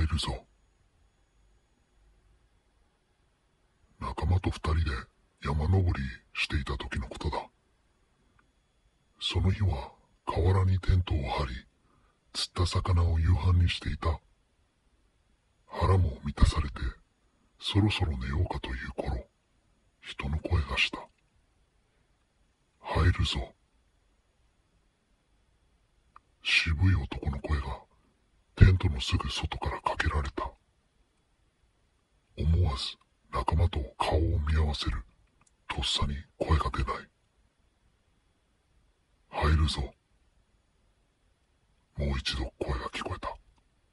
入るぞ。仲間と二人で山登りしていた時のことだ。その日は河原にテントを張り、釣った魚を夕飯にしていた。腹も満たされて、そろそろ寝ようかという頃、人の声がした。入るぞ。渋い男の声がテントのすぐ外からかけられた。思わず仲間と顔を見合わせる。とっさに声が出ない。入るぞ。もう一度声が聞こえた。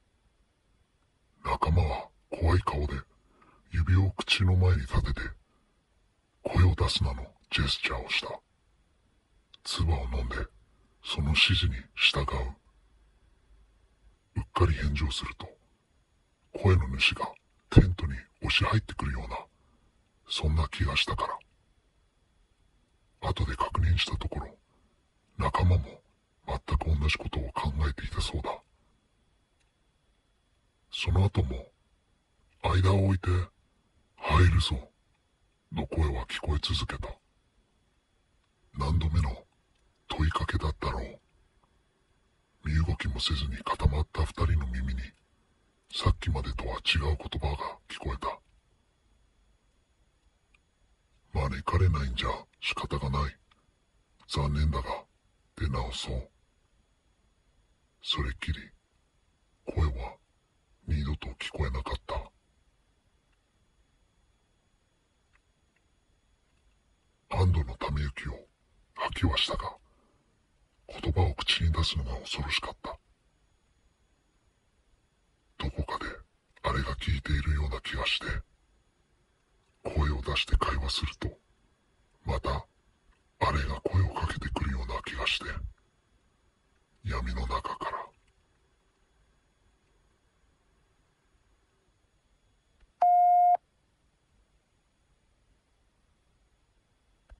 仲間は怖い顔で指を口の前に立てて、声を出すなのジェスチャーをした。唾を飲んでその指示に従う。うっかり返事をすると、声の主がテントに押し入ってくるような、そんな気がしたから。後で確認したところ、仲間も全く同じことを考えていたそうだ。その後も、間を置いて、入るぞ、の声は聞こえ続けた。何度目の問いかけだったろう。身動きもせずに固まった二人の耳に、さっきまでとは違う言葉が聞こえた。招かれないんじゃ仕方がない。残念だが、出直そう。それっきり、声は二度と聞こえなかった。安堵のため息を吐きはしたが、言葉を口に出すのが恐ろしかった。どこかであれが聞いているような気がして、声を出して会話すると、またあれが声